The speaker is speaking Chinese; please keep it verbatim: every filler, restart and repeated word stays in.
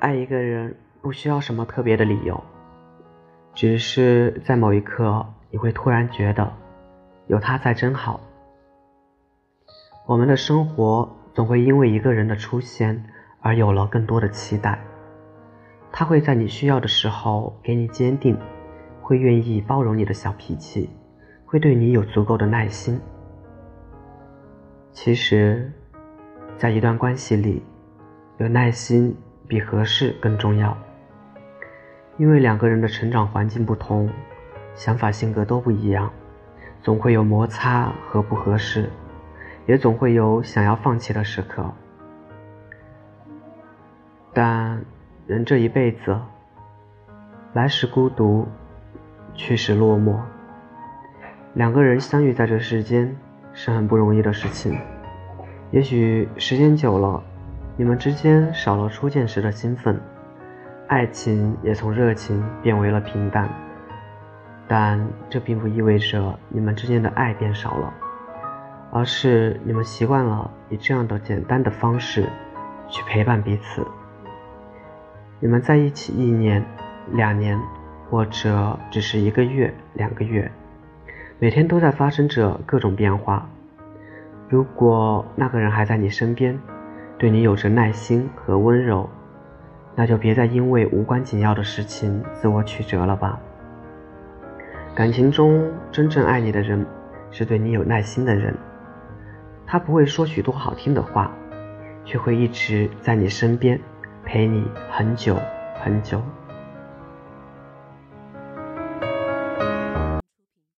爱一个人不需要什么特别的理由，只是在某一刻你会突然觉得有他在真好。我们的生活总会因为一个人的出现而有了更多的期待，他会在你需要的时候给你坚定，会愿意包容你的小脾气，会对你有足够的耐心。其实在一段关系里，有耐心比合适更重要，因为两个人的成长环境不同，想法性格都不一样，总会有摩擦和不合适，也总会有想要放弃的时刻。但人这一辈子，来时孤独，去时落寞，两个人相遇在这世间是很不容易的事情。也许时间久了，你们之间少了初见时的兴奋，爱情也从热情变为了平淡，但这并不意味着你们之间的爱变少了，而是你们习惯了以这样的简单的方式去陪伴彼此。你们在一起一年、两年，或者只是一个月、两个月，每天都在发生着各种变化。如果那个人还在你身边，对你有着耐心和温柔，那就别再因为无关紧要的事情自我曲折了吧。感情中真正爱你的人，是对你有耐心的人，他不会说许多好听的话，却会一直在你身边陪你很久很久。